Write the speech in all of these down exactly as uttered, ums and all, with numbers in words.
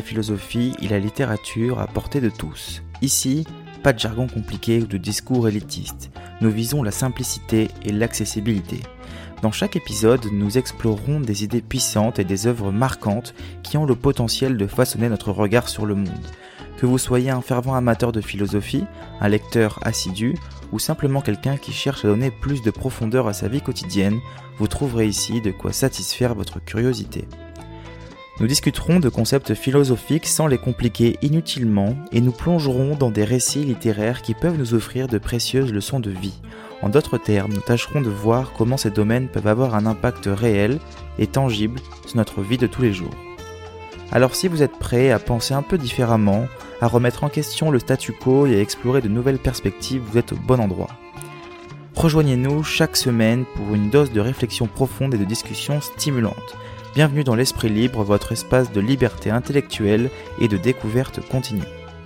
philosophie et la littérature à portée de tous. Ici, pas de jargon compliqué ou de discours élitistes. Nous visons la simplicité et l'accessibilité. Dans chaque épisode, nous explorerons des idées puissantes et des œuvres marquantes qui ont le potentiel de façonner notre regard sur le monde. Que vous soyez un fervent amateur de philosophie, un lecteur assidu ou simplement quelqu'un qui cherche à donner plus de profondeur à sa vie quotidienne, vous trouverez ici de quoi satisfaire votre curiosité. Nous discuterons de concepts philosophiques sans les compliquer inutilement et nous plongerons dans des récits littéraires qui peuvent nous offrir de précieuses leçons de vie. En d'autres termes, nous tâcherons de voir comment ces domaines peuvent avoir un impact réel et tangible sur notre vie de tous les jours. Alors si vous êtes prêts à penser un peu différemment, à remettre en question le statu quo et à explorer de nouvelles perspectives, vous êtes au bon endroit. Rejoignez-nous chaque semaine pour une dose de réflexion profonde et de discussion stimulante. Bienvenue dans l'Esprit Libre, votre espace de liberté intellectuelle et de découverte continue.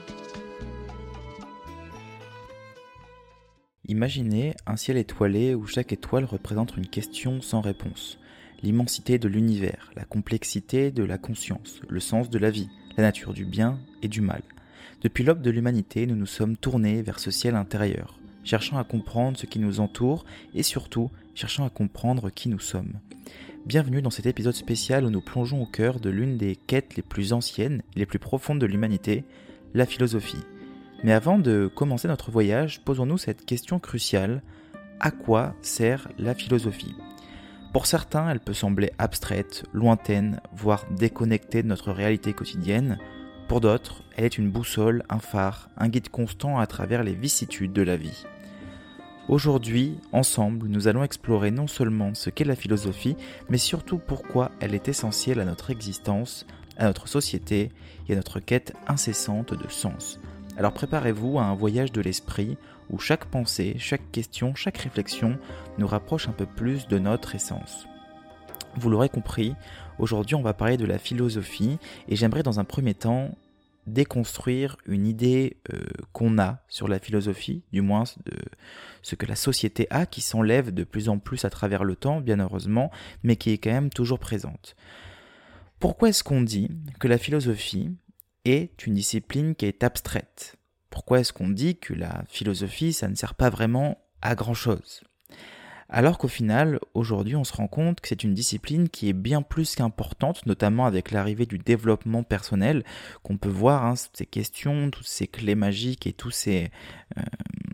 Imaginez un ciel étoilé où chaque étoile représente une question sans réponse. L'immensité de l'univers, la complexité de la conscience, le sens de la vie, la nature du bien et du mal. Depuis l'aube de l'humanité, nous nous sommes tournés vers ce ciel intérieur, cherchant à comprendre ce qui nous entoure et surtout cherchant à comprendre qui nous sommes. Bienvenue dans cet épisode spécial où nous plongeons au cœur de l'une des quêtes les plus anciennes et les plus profondes de l'humanité, la philosophie. Mais avant de commencer notre voyage, posons-nous cette question cruciale: à quoi sert la philosophie ? Pour certains, elle peut sembler abstraite, lointaine, voire déconnectée de notre réalité quotidienne. Pour d'autres, elle est une boussole, un phare, un guide constant à travers les vicissitudes de la vie. Aujourd'hui, ensemble, nous allons explorer non seulement ce qu'est la philosophie, mais surtout pourquoi elle est essentielle à notre existence, à notre société et à notre quête incessante de sens. Alors préparez-vous à un voyage de l'esprit où chaque pensée, chaque question, chaque réflexion nous rapproche un peu plus de notre essence. Vous l'aurez compris, aujourd'hui on va parler de la philosophie et j'aimerais dans un premier temps déconstruire une idée euh, qu'on a sur la philosophie, du moins de ce que la société a, qui s'enlève de plus en plus à travers le temps, bien heureusement, mais qui est quand même toujours présente. Pourquoi est-ce qu'on dit que la philosophie est une discipline qui est abstraite ? Pourquoi est-ce qu'on dit que la philosophie, ça ne sert pas vraiment à grand-chose ? Alors qu'au final, aujourd'hui, on se rend compte que c'est une discipline qui est bien plus qu'importante, notamment avec l'arrivée du développement personnel, qu'on peut voir, hein, ces questions, toutes ces clés magiques et tous ces, euh,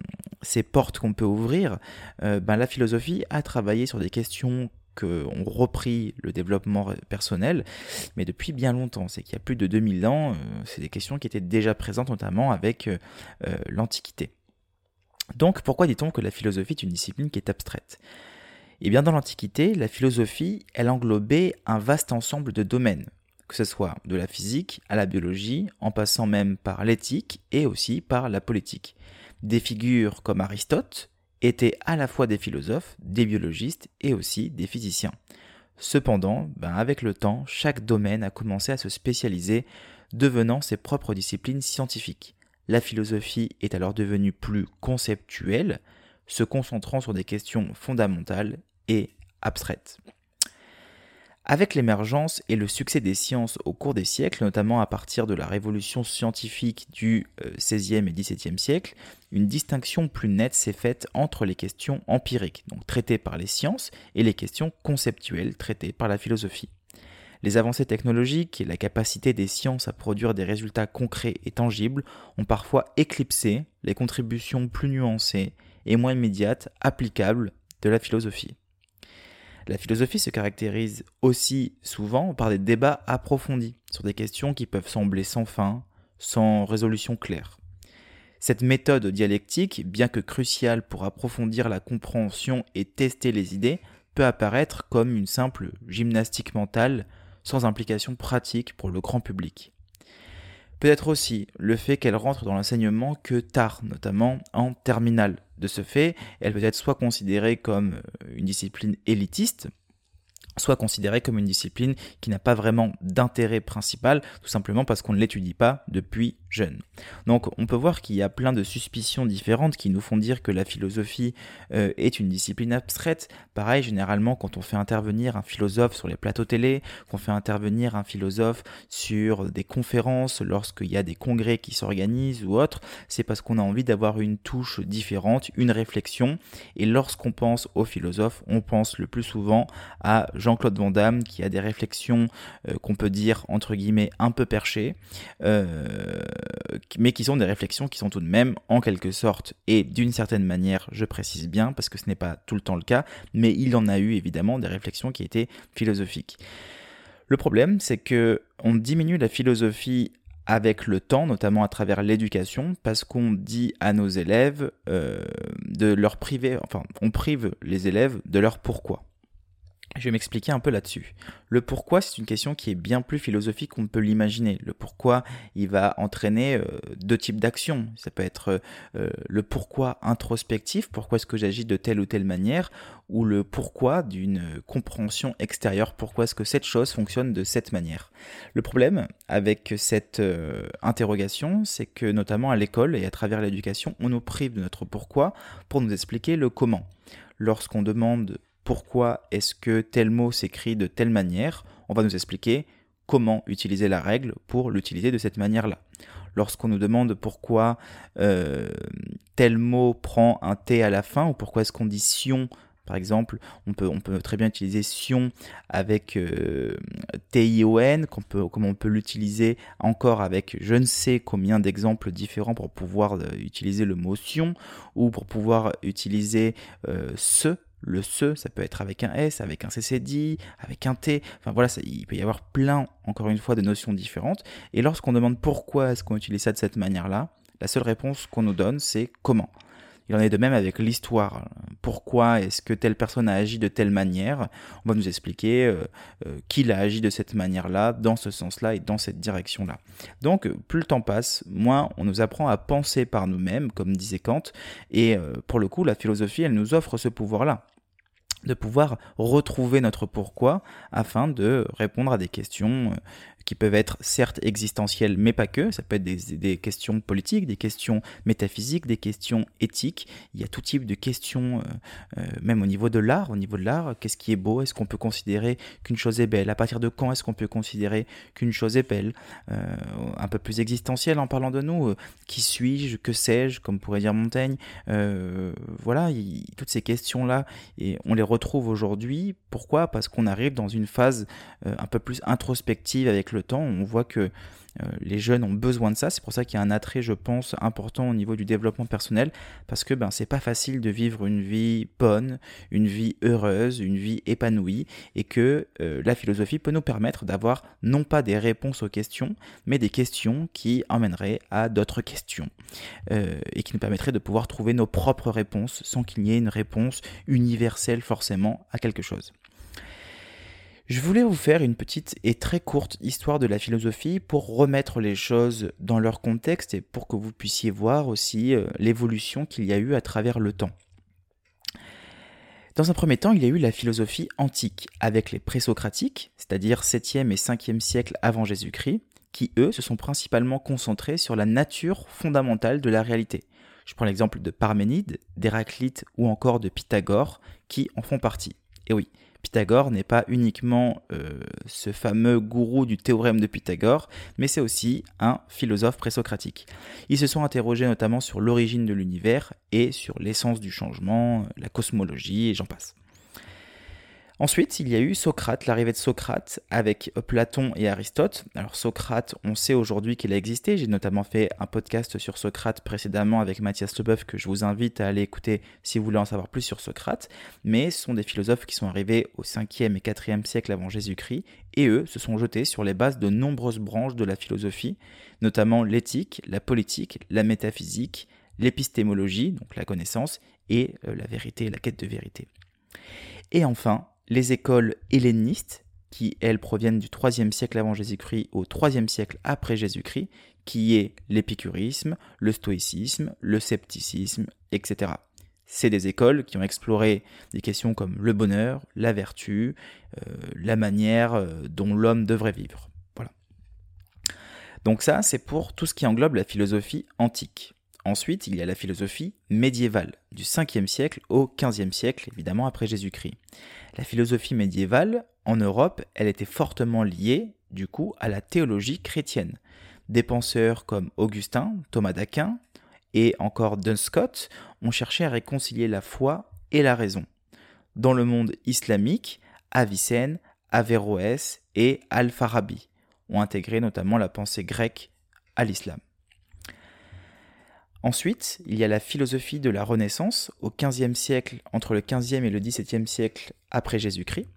ces portes qu'on peut ouvrir. Euh, ben, la philosophie a travaillé sur des questions ont repris le développement personnel, mais depuis bien longtemps. C'est qu'il y a plus de deux mille ans, euh, c'est des questions qui étaient déjà présentes, notamment avec euh, euh, l'Antiquité. Donc, pourquoi dit-on que la philosophie est une discipline qui est abstraite ? Eh bien, dans l'Antiquité, la philosophie, elle englobait un vaste ensemble de domaines, que ce soit de la physique à la biologie, en passant même par l'éthique et aussi par la politique. Des figures comme Aristote étaient à la fois des philosophes, des biologistes et aussi des physiciens. Cependant, ben avec le temps, chaque domaine a commencé à se spécialiser, devenant ses propres disciplines scientifiques. La philosophie est alors devenue plus conceptuelle, se concentrant sur des questions fondamentales et abstraites. Avec l'émergence et le succès des sciences au cours des siècles, notamment à partir de la révolution scientifique du seizième et dix-septième siècle, une distinction plus nette s'est faite entre les questions empiriques, donc traitées par les sciences, et les questions conceptuelles traitées par la philosophie. Les avancées technologiques et la capacité des sciences à produire des résultats concrets et tangibles ont parfois éclipsé les contributions plus nuancées et moins immédiates applicables de la philosophie. La philosophie se caractérise aussi souvent par des débats approfondis sur des questions qui peuvent sembler sans fin, sans résolution claire. Cette méthode dialectique, bien que cruciale pour approfondir la compréhension et tester les idées, peut apparaître comme une simple gymnastique mentale sans implication pratique pour le grand public. Peut-être aussi le fait qu'elle rentre dans l'enseignement que tard, notamment en terminale. De ce fait, elle peut être soit considérée comme une discipline élitiste, soit considérée comme une discipline qui n'a pas vraiment d'intérêt principal, tout simplement parce qu'on ne l'étudie pas depuis jeunes. Donc on peut voir qu'il y a plein de suspicions différentes qui nous font dire que la philosophie euh, est une discipline abstraite. Pareil, généralement quand on fait intervenir un philosophe sur les plateaux télé, qu'on fait intervenir un philosophe sur des conférences, lorsqu'il y a des congrès qui s'organisent ou autres, c'est parce qu'on a envie d'avoir une touche différente, une réflexion. Et lorsqu'on pense aux philosophes, on pense le plus souvent à Jean-Claude Van Damme qui a des réflexions euh, qu'on peut dire entre guillemets un peu perchées, euh, mais qui sont des réflexions qui sont tout de même en quelque sorte et d'une certaine manière, je précise bien parce que ce n'est pas tout le temps le cas, mais il en a eu évidemment des réflexions qui étaient philosophiques. Le problème, c'est que on diminue la philosophie avec le temps, notamment à travers l'éducation, parce qu'on dit à nos élèves euh, de leur priver, enfin on prive les élèves de leur pourquoi. Je vais m'expliquer un peu là-dessus. Le pourquoi, c'est une question qui est bien plus philosophique qu'on peut l'imaginer. Le pourquoi, il va entraîner euh, deux types d'actions. Ça peut être euh, le pourquoi introspectif, pourquoi est-ce que j'agis de telle ou telle manière, ou le pourquoi d'une compréhension extérieure, pourquoi est-ce que cette chose fonctionne de cette manière. Le problème avec cette euh, interrogation, c'est que notamment à l'école et à travers l'éducation, on nous prive de notre pourquoi pour nous expliquer le comment. Lorsqu'on demande pourquoi est-ce que tel mot s'écrit de telle manière, on va nous expliquer comment utiliser la règle pour l'utiliser de cette manière-là. Lorsqu'on nous demande pourquoi euh, tel mot prend un T à la fin, ou pourquoi est-ce qu'on dit sion, par exemple, on peut, on peut très bien utiliser sion avec euh, T I O N, qu'on peut, comme on peut l'utiliser encore avec je ne sais combien d'exemples différents pour pouvoir euh, utiliser le mot sion, ou pour pouvoir utiliser euh, ce. Le se, ça peut être avec un S, avec un C C D, avec un T, enfin voilà, ça, il peut y avoir plein, encore une fois, de notions différentes. Et lorsqu'on demande pourquoi est-ce qu'on utilise ça de cette manière-là, la seule réponse qu'on nous donne, c'est comment. Il en est de même avec l'histoire. Pourquoi est-ce que telle personne a agi de telle manière ? On va nous expliquer euh, euh, qu'il a agi de cette manière-là, dans ce sens-là et dans cette direction-là. Donc, plus le temps passe, moins on nous apprend à penser par nous-mêmes, comme disait Kant. Et euh, pour le coup, la philosophie, elle nous offre ce pouvoir-là, de pouvoir retrouver notre pourquoi afin de répondre à des questions qui peuvent être certes existentielles, mais pas que. Ça peut être des, des questions politiques, des questions métaphysiques, des questions éthiques. Il y a tout type de questions, euh, euh, même au niveau de l'art. Au niveau de l'art, qu'est-ce qui est beau ? Est-ce qu'on peut considérer qu'une chose est belle ? À partir de quand est-ce qu'on peut considérer qu'une chose est belle ? euh, Un peu plus existentiel en parlant de nous. Euh, qui suis-je ? Que sais-je ? Comme pourrait dire Montaigne. Euh, voilà, il, toutes ces questions-là, et on les retrouve aujourd'hui. Pourquoi ? Parce qu'on arrive dans une phase euh, un peu plus introspective avec le le temps, on voit que euh, les jeunes ont besoin de ça, c'est pour ça qu'il y a un attrait, je pense, important au niveau du développement personnel, parce que ben, c'est pas facile de vivre une vie bonne, une vie heureuse, une vie épanouie, et que euh, la philosophie peut nous permettre d'avoir non pas des réponses aux questions, mais des questions qui emmèneraient à d'autres questions, euh, et qui nous permettraient de pouvoir trouver nos propres réponses, sans qu'il y ait une réponse universelle forcément à quelque chose. Je voulais vous faire une petite et très courte histoire de la philosophie pour remettre les choses dans leur contexte et pour que vous puissiez voir aussi euh, l'évolution qu'il y a eu à travers le temps. Dans un premier temps, il y a eu la philosophie antique, avec les présocratiques, c'est-à-dire septième et cinquième siècle avant Jésus-Christ, qui eux se sont principalement concentrés sur la nature fondamentale de la réalité. Je prends l'exemple de Parménide, d'Héraclite ou encore de Pythagore, qui en font partie. Et oui, Pythagore n'est pas uniquement euh, ce fameux gourou du théorème de Pythagore, mais c'est aussi un philosophe présocratique. Ils se sont interrogés notamment sur l'origine de l'univers et sur l'essence du changement, la cosmologie et j'en passe. Ensuite, il y a eu Socrate, l'arrivée de Socrate avec Platon et Aristote. Alors Socrate, on sait aujourd'hui qu'il a existé. J'ai notamment fait un podcast sur Socrate précédemment avec Mathias Leboeuf que je vous invite à aller écouter si vous voulez en savoir plus sur Socrate. Mais ce sont des philosophes qui sont arrivés au cinquième et quatrième siècle avant Jésus-Christ et eux se sont jetés sur les bases de nombreuses branches de la philosophie, notamment l'éthique, la politique, la métaphysique, l'épistémologie, donc la connaissance, et la vérité et la quête de vérité. Et enfin, les écoles hellénistes, qui elles proviennent du troisième siècle avant Jésus-Christ au troisième siècle après Jésus-Christ, qui est l'épicurisme, le stoïcisme, le scepticisme, et cetera. C'est des écoles qui ont exploré des questions comme le bonheur, la vertu, euh, la manière dont l'homme devrait vivre. Voilà. Donc ça, c'est pour tout ce qui englobe la philosophie antique. Ensuite, il y a la philosophie médiévale, du cinquième siècle au quinzième siècle, évidemment après Jésus-Christ. La philosophie médiévale, en Europe, elle était fortement liée, du coup, à la théologie chrétienne. Des penseurs comme Augustin, Thomas d'Aquin et encore Duns Scott ont cherché à réconcilier la foi et la raison. Dans le monde islamique, Avicenne, Averroès et Al-Farabi ont intégré notamment la pensée grecque à l'islam. Ensuite, il y a la philosophie de la Renaissance au quinzième siècle, entre le quinzième et le dix-septième siècle après Jésus-Christ.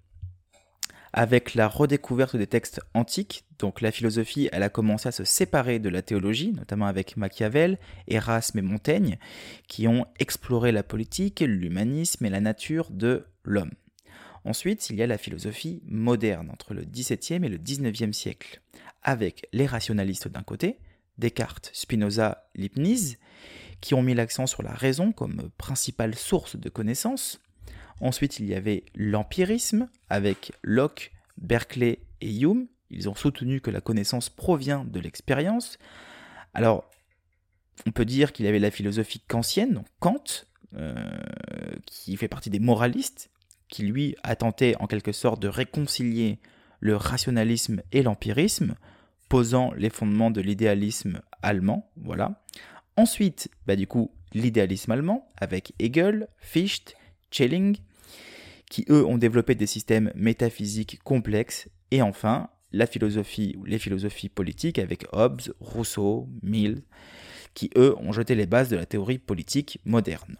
Avec la redécouverte des textes antiques, donc la philosophie elle a commencé à se séparer de la théologie, notamment avec Machiavel, Erasme et Montaigne, qui ont exploré la politique, l'humanisme et la nature de l'homme. Ensuite, il y a la philosophie moderne, entre le dix-septième et le dix-neuvième siècle, avec les rationalistes d'un côté, Descartes, Spinoza, Leibniz, qui ont mis l'accent sur la raison comme principale source de connaissances. Ensuite, il y avait l'empirisme avec Locke, Berkeley et Hume. Ils ont soutenu que la connaissance provient de l'expérience. Alors, on peut dire qu'il y avait la philosophie kantienne, donc Kant, euh, qui fait partie des moralistes, qui lui a tenté en quelque sorte de réconcilier le rationalisme et l'empirisme, posant les fondements de l'idéalisme allemand, voilà. Ensuite, bah du coup, l'idéalisme allemand, avec Hegel, Fichte, Schelling, qui eux ont développé des systèmes métaphysiques complexes, et enfin, la philosophie ou les philosophies politiques avec Hobbes, Rousseau, Mill, qui eux ont jeté les bases de la théorie politique moderne.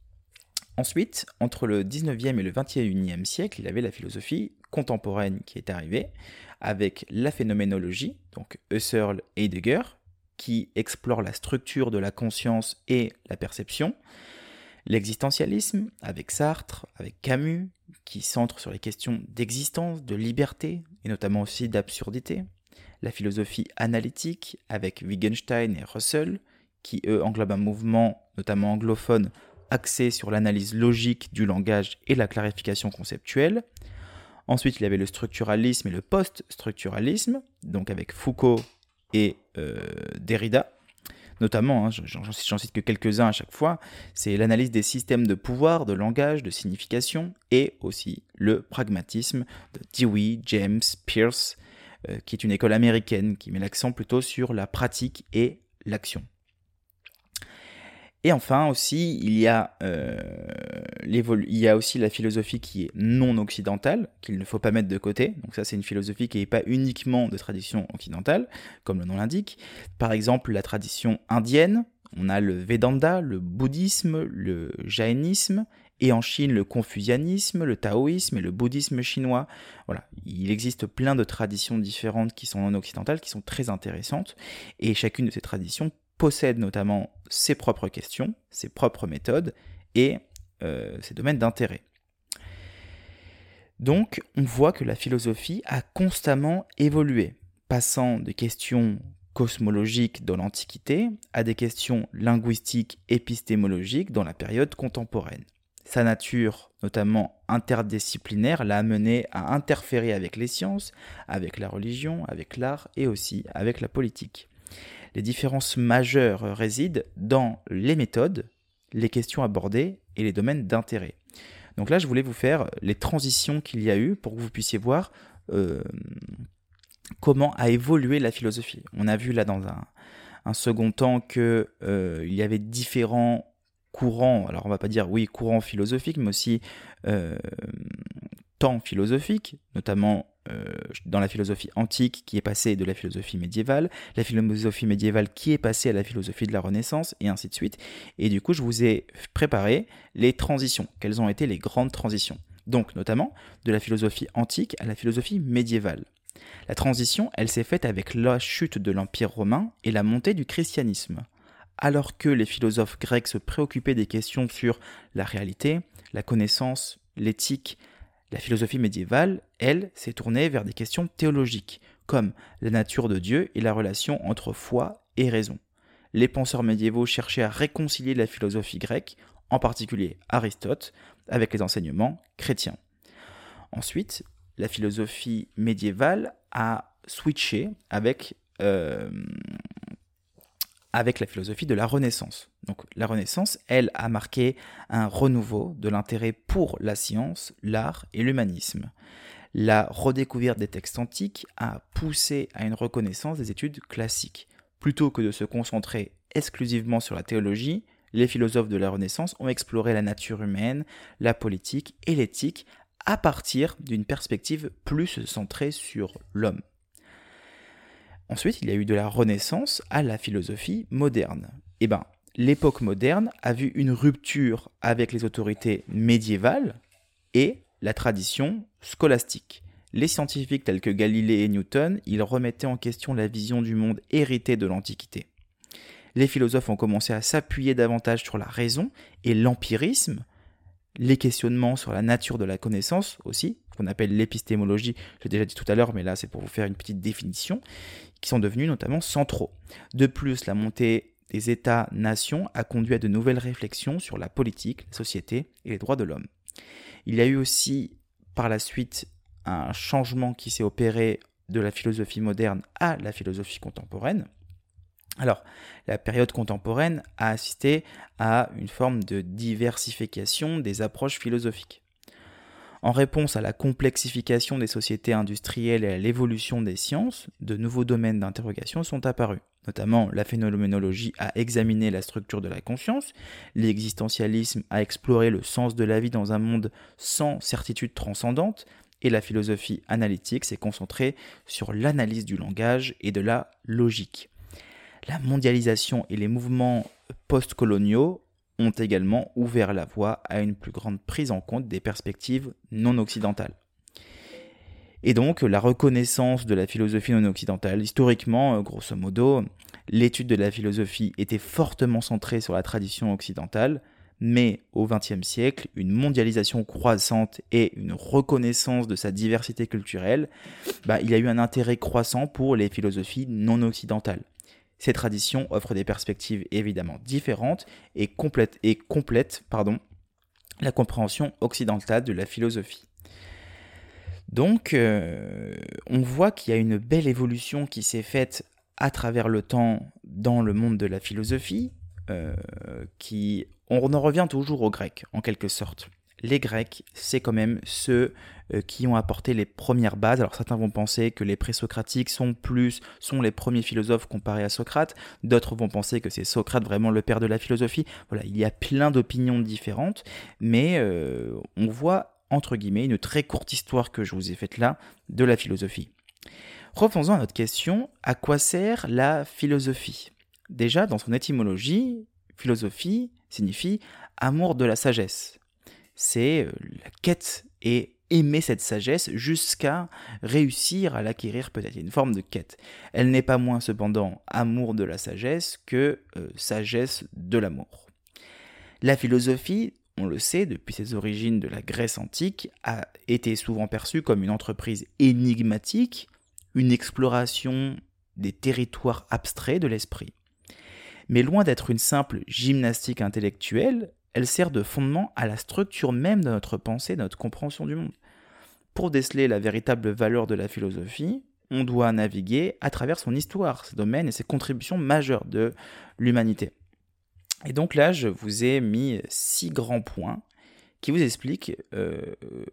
Ensuite, entre le dix-neuvième et le vingt et unième siècle, il y avait la philosophie contemporaine qui est arrivée, avec la phénoménologie, donc Husserl et Heidegger, qui explore la structure de la conscience et la perception, l'existentialisme, avec Sartre, avec Camus, qui centre sur les questions d'existence, de liberté, et notamment aussi d'absurdité, la philosophie analytique, avec Wittgenstein et Russell, qui eux englobent un mouvement, notamment anglophone, axé sur l'analyse logique du langage et la clarification conceptuelle. Ensuite, il y avait le structuralisme et le post-structuralisme, donc avec Foucault et euh, Derrida, notamment, hein, j'en, j'en cite que quelques-uns à chaque fois, c'est l'analyse des systèmes de pouvoir, de langage, de signification, et aussi le pragmatisme de Dewey, James, Peirce, euh, qui est une école américaine qui met l'accent plutôt sur la pratique et l'action. Et enfin aussi, il y a, euh, il y a aussi la philosophie qui est non occidentale, qu'il ne faut pas mettre de côté. Donc ça, c'est une philosophie qui n'est pas uniquement de tradition occidentale, comme le nom l'indique. Par exemple, la tradition indienne, on a le Vedanta, le bouddhisme, le jaïnisme, et en Chine, le confucianisme, le taoïsme et le bouddhisme chinois. Voilà, il existe plein de traditions différentes qui sont non occidentales, qui sont très intéressantes, et chacune de ces traditions possède notamment ses propres questions, ses propres méthodes et euh, ses domaines d'intérêt. Donc, on voit que la philosophie a constamment évolué, passant des questions cosmologiques dans l'Antiquité à des questions linguistiques épistémologiques dans la période contemporaine. Sa nature, notamment interdisciplinaire, l'a amené à interférer avec les sciences, avec la religion, avec l'art et aussi avec la politique. Les différences majeures résident dans les méthodes, les questions abordées et les domaines d'intérêt. Donc là, je voulais vous faire les transitions qu'il y a eu pour que vous puissiez voir euh, comment a évolué la philosophie. On a vu là dans un, un second temps qu'il euh, y avait différents courants, alors on va pas dire oui courants philosophiques, mais aussi euh, temps philosophiques, notamment euh, dans la philosophie antique qui est passée de la philosophie médiévale, la philosophie médiévale qui est passée à la philosophie de la Renaissance, et ainsi de suite. Et du coup, je vous ai préparé les transitions. Quelles ont été les grandes transitions? Donc, notamment, de la philosophie antique à la philosophie médiévale. La transition, elle s'est faite avec la chute de l'Empire romain et la montée du christianisme. Alors que les philosophes grecs se préoccupaient des questions sur la réalité, la connaissance, l'éthique, la philosophie médiévale, elle, s'est tournée vers des questions théologiques, comme la nature de Dieu et la relation entre foi et raison. Les penseurs médiévaux cherchaient à réconcilier la philosophie grecque, en particulier Aristote, avec les enseignements chrétiens. Ensuite, la philosophie médiévale a switché avec euh, avec la philosophie de la Renaissance. Donc la Renaissance, elle, a marqué un renouveau de l'intérêt pour la science, l'art et l'humanisme. La redécouverte des textes antiques a poussé à une reconnaissance des études classiques. Plutôt que de se concentrer exclusivement sur la théologie, les philosophes de la Renaissance ont exploré la nature humaine, la politique et l'éthique à partir d'une perspective plus centrée sur l'homme. Ensuite, il y a eu de la Renaissance à la philosophie moderne. Eh bien, l'époque moderne a vu une rupture avec les autorités médiévales et la tradition scolastique. Les scientifiques tels que Galilée et Newton, ils remettaient en question la vision du monde héritée de l'Antiquité. Les philosophes ont commencé à s'appuyer davantage sur la raison et l'empirisme, les questionnements sur la nature de la connaissance aussi, qu'on appelle l'épistémologie, je l'ai déjà dit tout à l'heure, mais là c'est pour vous faire une petite définition, qui sont devenus notamment centraux. De plus, la montée des États-nations a conduit à de nouvelles réflexions sur la politique, la société et les droits de l'homme. Il y a eu aussi par la suite un changement qui s'est opéré de la philosophie moderne à la philosophie contemporaine. Alors, la période contemporaine a assisté à une forme de diversification des approches philosophiques. En réponse à la complexification des sociétés industrielles et à l'évolution des sciences, de nouveaux domaines d'interrogation sont apparus. Notamment, la phénoménologie a examiné la structure de la conscience, l'existentialisme a exploré le sens de la vie dans un monde sans certitude transcendante, et la philosophie analytique s'est concentrée sur l'analyse du langage et de la logique. La mondialisation et les mouvements post-coloniaux ont également ouvert la voie à une plus grande prise en compte des perspectives non occidentales. Et donc, la reconnaissance de la philosophie non occidentale, historiquement, grosso modo, l'étude de la philosophie était fortement centrée sur la tradition occidentale, mais au vingtième siècle, une mondialisation croissante et une reconnaissance de sa diversité culturelle, bah, il y a eu un intérêt croissant pour les philosophies non occidentales. Ces traditions offrent des perspectives évidemment différentes et complètent, et complètent pardon, la compréhension occidentale de la philosophie. Donc, euh, on voit qu'il y a une belle évolution qui s'est faite à travers le temps dans le monde de la philosophie, euh, qui, on en revient toujours aux Grecs, en quelque sorte. Les Grecs, c'est quand même ceux euh, qui ont apporté les premières bases. Alors certains vont penser que les présocratiques sont plus, sont les premiers philosophes comparés à Socrate. D'autres vont penser que c'est Socrate vraiment le père de la philosophie. Voilà, il y a plein d'opinions différentes, mais euh, on voit, entre guillemets, une très courte histoire que je vous ai faite là de la philosophie. Revenons à notre question, à quoi sert la philosophie ? Déjà, dans son étymologie, philosophie signifie amour de la sagesse. C'est la quête et aimer cette sagesse jusqu'à réussir à l'acquérir peut-être. Il y a une forme de quête. Elle n'est pas moins cependant amour de la sagesse que euh, sagesse de l'amour. La philosophie, on le sait, depuis ses origines de la Grèce antique, a été souvent perçue comme une entreprise énigmatique, une exploration des territoires abstraits de l'esprit. Mais loin d'être une simple gymnastique intellectuelle, elle sert de fondement à la structure même de notre pensée, de notre compréhension du monde. Pour déceler la véritable valeur de la philosophie, on doit naviguer à travers son histoire, ses domaines et ses contributions majeures de l'humanité. Et donc là, je vous ai mis six grands points qui vous expliquent euh,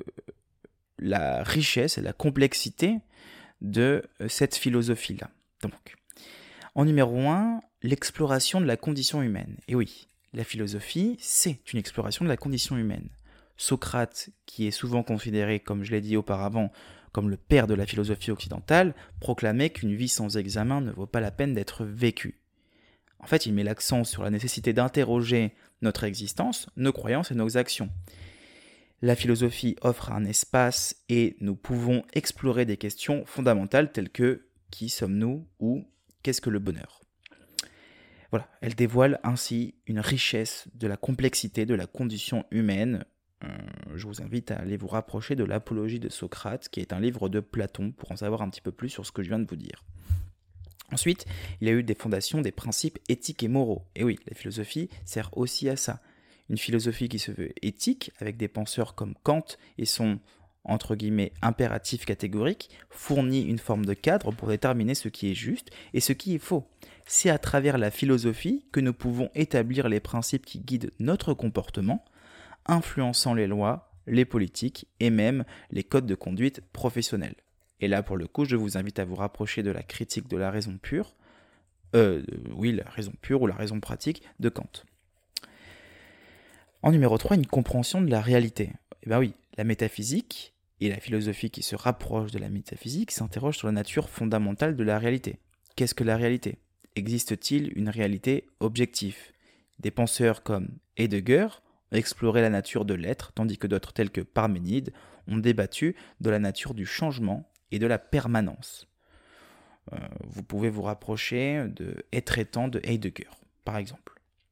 la richesse et la complexité de cette philosophie-là. Donc, en numéro un, l'exploration de la condition humaine. Et oui, la philosophie, c'est une exploration de la condition humaine. Socrate, qui est souvent considéré, comme je l'ai dit auparavant, comme le père de la philosophie occidentale, proclamait qu'une vie sans examen ne vaut pas la peine d'être vécue. En fait, il met l'accent sur la nécessité d'interroger notre existence, nos croyances et nos actions. La philosophie offre un espace et nous pouvons explorer des questions fondamentales telles que « qui sommes-nous » ou « qu'est-ce que le bonheur ?» Voilà, elle dévoile ainsi une richesse de la complexité de la condition humaine. Euh, je vous invite à aller vous rapprocher de l'Apologie de Socrate, qui est un livre de Platon, pour en savoir un petit peu plus sur ce que je viens de vous dire. Ensuite, il y a eu des fondations des principes éthiques et moraux. Et oui, la philosophie sert aussi à ça. Une philosophie qui se veut éthique, avec des penseurs comme Kant et son entre guillemets impératif catégorique, fournit une forme de cadre pour déterminer ce qui est juste et ce qui est faux. C'est à travers la philosophie que nous pouvons établir les principes qui guident notre comportement, influençant les lois, les politiques et même les codes de conduite professionnels. Et là, pour le coup, je vous invite à vous rapprocher de la critique de la raison pure, euh, oui, la raison pure ou la raison pratique de Kant. En numéro trois, une compréhension de la réalité. Eh bien oui, la métaphysique et la philosophie qui se rapprochent de la métaphysique s'interrogent sur la nature fondamentale de la réalité. Qu'est-ce que la réalité ? Existe-t-il une réalité objective ? Des penseurs comme Heidegger ont exploré la nature de l'être, tandis que d'autres tels que Parménide ont débattu de la nature du changement et de la permanence. Euh, vous pouvez vous rapprocher de Être étant de Heidegger, par exemple.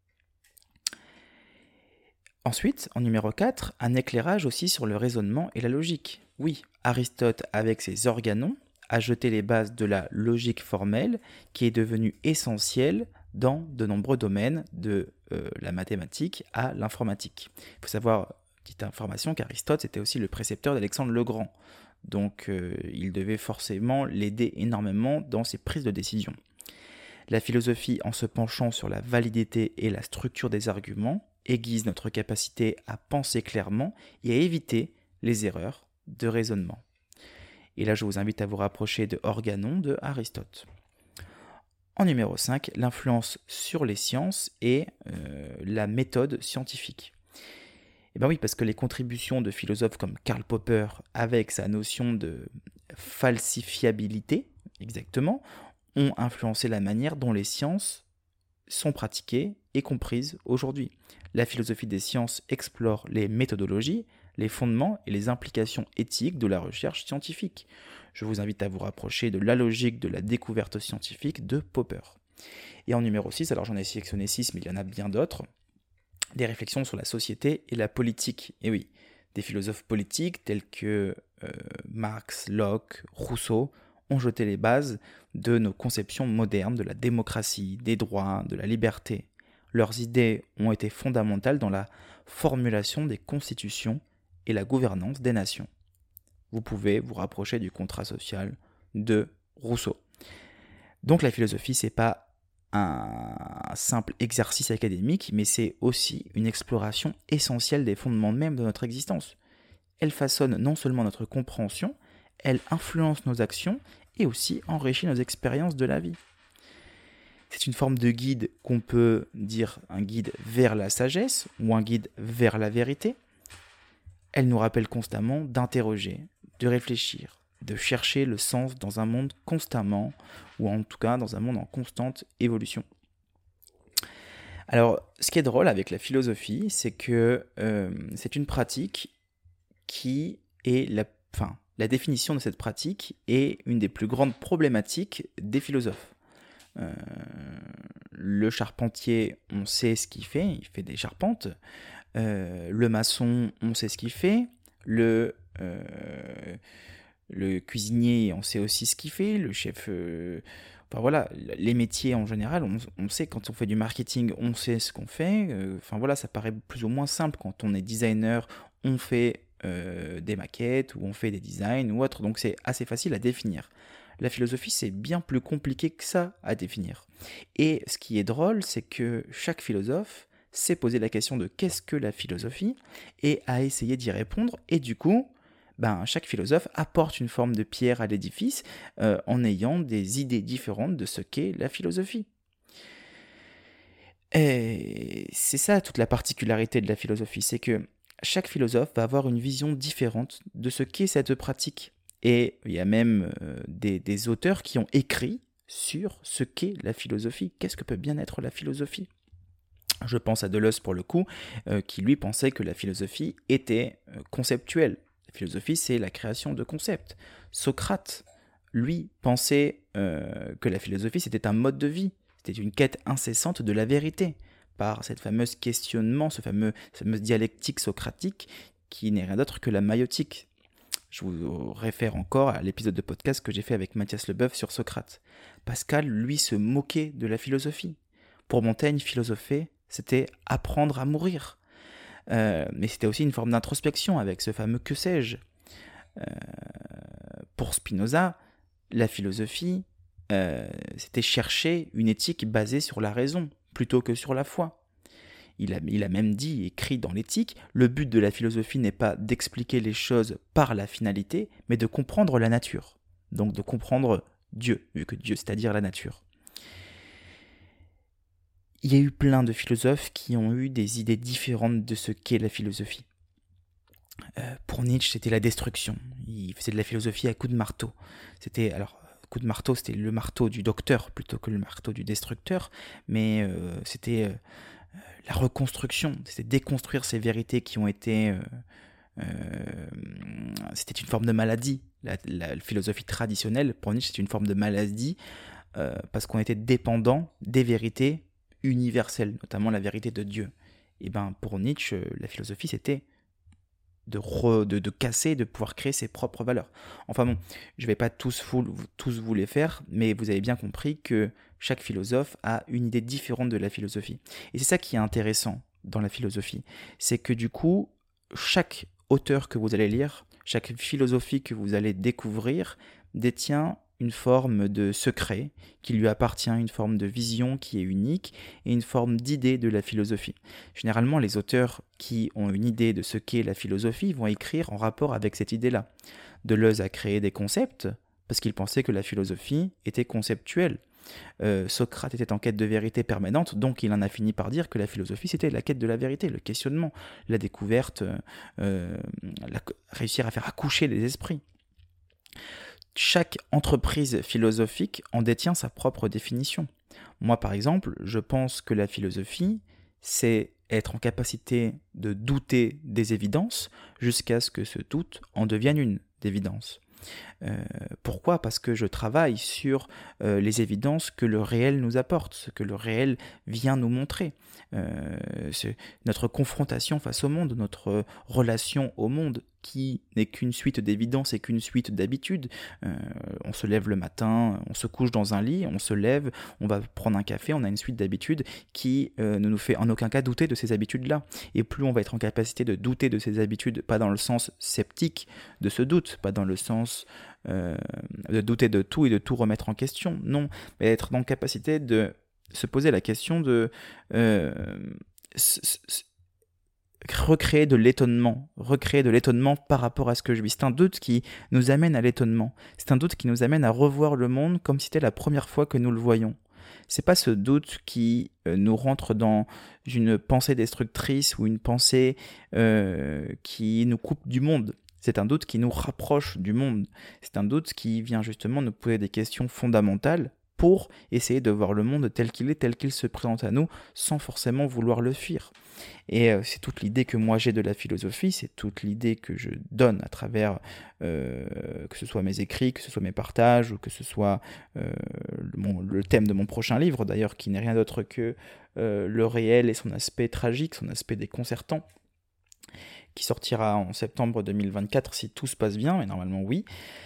Ensuite, en numéro quatre, un éclairage aussi sur le raisonnement et la logique. Oui, Aristote, avec ses organons, a jeté les bases de la logique formelle qui est devenue essentielle dans de nombreux domaines de euh, la mathématique à l'informatique. Il faut savoir, petite information, qu'Aristote était aussi le précepteur d'Alexandre le Grand. Donc euh, il devait forcément l'aider énormément dans ses prises de décision. La philosophie, en se penchant sur la validité et la structure des arguments, aiguise notre capacité à penser clairement et à éviter les erreurs de raisonnement. Et là, je vous invite à vous rapprocher de Organon de Aristote. En numéro cinq, l'influence sur les sciences et euh, la méthode scientifique. Et bien oui, parce que les contributions de philosophes comme Karl Popper, avec sa notion de falsifiabilité, exactement, ont influencé la manière dont les sciences sont pratiquées et comprises aujourd'hui. La philosophie des sciences explore les méthodologies, les fondements et les implications éthiques de la recherche scientifique. Je vous invite à vous rapprocher de la logique de la découverte scientifique de Popper. Et en numéro six, alors j'en ai sélectionné six, mais il y en a bien d'autres, des réflexions sur la société et la politique. Et oui, des philosophes politiques tels que euh, Marx, Locke, Rousseau ont jeté les bases de nos conceptions modernes de la démocratie, des droits, de la liberté. Leurs idées ont été fondamentales dans la formulation des constitutions et la gouvernance des nations. Vous pouvez vous rapprocher du contrat social de Rousseau. Donc la philosophie, c'est pas un simple exercice académique, mais c'est aussi une exploration essentielle des fondements même de notre existence. Elle façonne non seulement notre compréhension, elle influence nos actions et aussi enrichit nos expériences de la vie. C'est une forme de guide qu'on peut dire un guide vers la sagesse ou un guide vers la vérité. Elle nous rappelle constamment d'interroger, de réfléchir, de chercher le sens dans un monde constamment, ou en tout cas dans un monde en constante évolution. Alors, ce qui est drôle avec la philosophie, c'est que euh, c'est une pratique qui est la, enfin, la définition de cette pratique est une des plus grandes problématiques des philosophes. Euh, le charpentier, on sait ce qu'il fait, il fait des charpentes. Euh, le maçon, on sait ce qu'il fait. Le, euh, le cuisinier, on sait aussi ce qu'il fait. Le chef... Euh, enfin voilà, les métiers en général, on, on sait quand on fait du marketing, on sait ce qu'on fait. Euh, enfin voilà, ça paraît plus ou moins simple. Quand on est designer, on fait euh, des maquettes ou on fait des designs ou autre. Donc c'est assez facile à définir. La philosophie, c'est bien plus compliqué que ça à définir. Et ce qui est drôle, c'est que chaque philosophe s'est posé la question de qu'est-ce que la philosophie et a essayé d'y répondre. Et du coup, ben, chaque philosophe apporte une forme de pierre à l'édifice euh, en ayant des idées différentes de ce qu'est la philosophie. Et c'est ça toute la particularité de la philosophie, c'est que chaque philosophe va avoir une vision différente de ce qu'est cette pratique. Et il y a même euh, des, des auteurs qui ont écrit sur ce qu'est la philosophie. Qu'est-ce que peut bien être la philosophie ? Je pense à Deleuze pour le coup, euh, qui lui pensait que la philosophie était euh, conceptuelle. La philosophie, c'est la création de concepts. Socrate, lui, pensait euh, que la philosophie, c'était un mode de vie. C'était une quête incessante de la vérité, par cette fameuse questionnement, ce fameux, cette fameuse dialectique socratique, qui n'est rien d'autre que la maïotique. Je vous réfère encore à l'épisode de podcast que j'ai fait avec Mathias Leboeuf sur Socrate. Pascal, lui, se moquait de la philosophie. Pour Montaigne, philosopher, c'était apprendre à mourir. Euh, mais c'était aussi une forme d'introspection avec ce fameux « que sais-je ». Euh, pour Spinoza, la philosophie, euh, c'était chercher une éthique basée sur la raison, plutôt que sur la foi. Il a, il a même dit, écrit dans l'éthique, le but de la philosophie n'est pas d'expliquer les choses par la finalité, mais de comprendre la nature. Donc de comprendre Dieu, vu que Dieu, c'est-à-dire la nature. Il y a eu plein de philosophes qui ont eu des idées différentes de ce qu'est la philosophie. Euh, pour Nietzsche, c'était la destruction. Il faisait de la philosophie à coups de marteau. C'était, alors, coup de marteau, c'était le marteau du docteur plutôt que le marteau du destructeur, mais euh, c'était euh, la reconstruction, c'était déconstruire ces vérités qui ont été... Euh, euh, c'était une forme de maladie. La, la philosophie traditionnelle, pour Nietzsche, c'est une forme de maladie euh, parce qu'on était dépendant des vérités universelles, notamment la vérité de Dieu. Et ben pour Nietzsche, la philosophie, c'était de, re, de, de casser, de pouvoir créer ses propres valeurs. Enfin bon, je ne vais pas tous vous, tous vous les faire, mais vous avez bien compris que chaque philosophe a une idée différente de la philosophie. Et c'est ça qui est intéressant dans la philosophie, c'est que du coup, chaque auteur que vous allez lire, chaque philosophie que vous allez découvrir, détient une forme de secret qui lui appartient, une forme de vision qui est unique et une forme d'idée de la philosophie. Généralement, les auteurs qui ont une idée de ce qu'est la philosophie vont écrire en rapport avec cette idée-là. Deleuze a créé des concepts parce qu'il pensait que la philosophie était conceptuelle. Euh, Socrate était en quête de vérité permanente, donc il en a fini par dire que la philosophie c'était la quête de la vérité, le questionnement, la découverte, euh, la, réussir à faire accoucher les esprits. Chaque entreprise philosophique en détient sa propre définition. Moi, par exemple, je pense que la philosophie, c'est être en capacité de douter des évidences jusqu'à ce que ce doute en devienne une d'évidence. Euh, pourquoi ? Parce que je travaille sur euh, les évidences que le réel nous apporte, ce que le réel vient nous montrer. Euh, c'est notre confrontation face au monde, notre relation au monde, qui n'est qu'une suite d'évidences et qu'une suite d'habitudes. Euh, on se lève le matin, on se couche dans un lit, on se lève, on va prendre un café, on a une suite d'habitudes qui euh, ne nous fait en aucun cas douter de ces habitudes-là. Et plus on va être en capacité de douter de ces habitudes, pas dans le sens sceptique de ce doute, pas dans le sens euh, de douter de tout et de tout remettre en question, non, mais être dans la capacité de se poser la question de euh, s- s- recréer de l'étonnement, recréer de l'étonnement par rapport à ce que je vis. C'est un doute qui nous amène à l'étonnement. C'est un doute qui nous amène à revoir le monde comme si c'était la première fois que nous le voyons. C'est pas ce doute qui euh, nous rentre dans une pensée destructrice ou une pensée euh, qui nous coupe du monde. C'est un doute qui nous rapproche du monde. C'est un doute qui vient justement nous poser des questions fondamentales pour essayer de voir le monde tel qu'il est, tel qu'il se présente à nous, sans forcément vouloir le fuir. Et euh, c'est toute l'idée que moi j'ai de la philosophie, c'est toute l'idée que je donne à travers, euh, que ce soit mes écrits, que ce soit mes partages, ou que ce soit euh, le, mon, le thème de mon prochain livre, d'ailleurs, qui n'est rien d'autre que euh, le réel et son aspect tragique, son aspect déconcertant, qui sortira en septembre deux mille vingt-quatre si tout se passe bien, et normalement oui.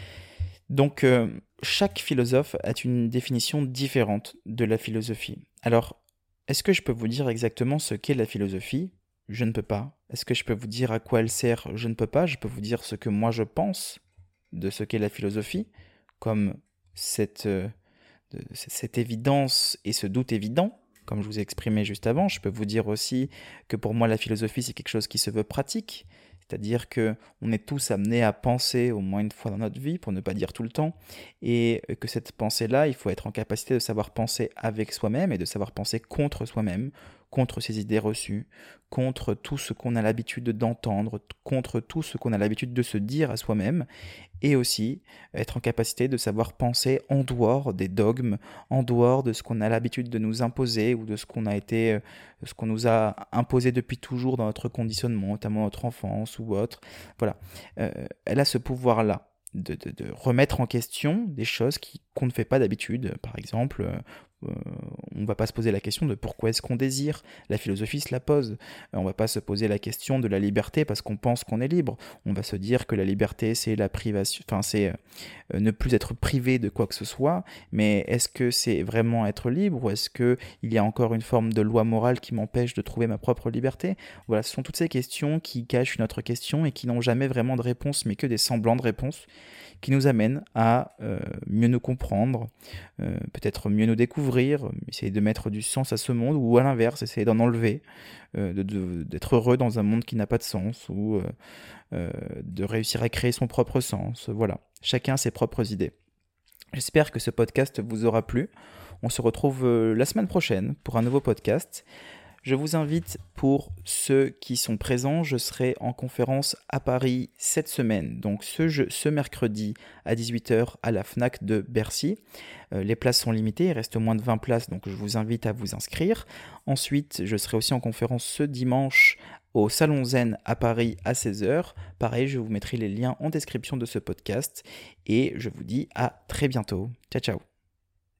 Donc, euh, chaque philosophe a une définition différente de la philosophie. Alors, est-ce que je peux vous dire exactement ce qu'est la philosophie ? Je ne peux pas. Est-ce que je peux vous dire à quoi elle sert ? Je ne peux pas. Je peux vous dire ce que moi je pense de ce qu'est la philosophie, comme cette, euh, de, cette évidence et ce doute évident, comme je vous ai exprimé juste avant. Je peux vous dire aussi que pour moi la philosophie c'est quelque chose qui se veut pratique. C'est-à-dire qu'on est tous amenés à penser au moins une fois dans notre vie, pour ne pas dire tout le temps, et que cette pensée-là, il faut être en capacité de savoir penser avec soi-même et de savoir penser contre soi-même, contre ses idées reçues, contre tout ce qu'on a l'habitude d'entendre, contre tout ce qu'on a l'habitude de se dire à soi-même, et aussi être en capacité de savoir penser en dehors des dogmes, en dehors de ce qu'on a l'habitude de nous imposer ou de ce qu'on a été, ce qu'on nous a imposé depuis toujours dans notre conditionnement, notamment notre enfance ou autre. Voilà, euh, elle a ce pouvoir-là. De, de, de remettre en question des choses qui, qu'on ne fait pas d'habitude. Par exemple, euh, On ne va pas se poser la question de pourquoi est-ce qu'on désire. La philosophie se la pose. On ne va pas se poser la question de la liberté parce qu'on pense qu'on est libre. On va se dire que la liberté, c'est la privation, enfin, c'est euh, ne plus être privé de quoi que ce soit. Mais est-ce que c'est vraiment être libre ou est-ce qu'il y a encore une forme de loi morale qui m'empêche de trouver ma propre liberté? Voilà, ce sont toutes ces questions qui cachent une autre question et qui n'ont jamais vraiment de réponse, mais que des semblants de réponse, qui nous amènent à euh, mieux nous comprendre, euh, peut-être mieux nous découvrir, essayer de mettre du sens à ce monde, ou à l'inverse, essayer d'en enlever, euh, de, de, d'être heureux dans un monde qui n'a pas de sens, ou euh, euh, de réussir à créer son propre sens. Voilà, chacun a ses propres idées. J'espère que ce podcast vous aura plu. On se retrouve euh, la semaine prochaine pour un nouveau podcast. Je vous invite, pour ceux qui sont présents, je serai en conférence à Paris cette semaine, donc ce, jeu, ce mercredi à dix-huit heures à la Fnac de Bercy. Euh, les places sont limitées, il reste moins de vingt places, donc je vous invite à vous inscrire. Ensuite, je serai aussi en conférence ce dimanche au Salon Zen à Paris à seize heures. Pareil, je vous mettrai les liens en description de ce podcast et je vous dis à très bientôt. Ciao, ciao.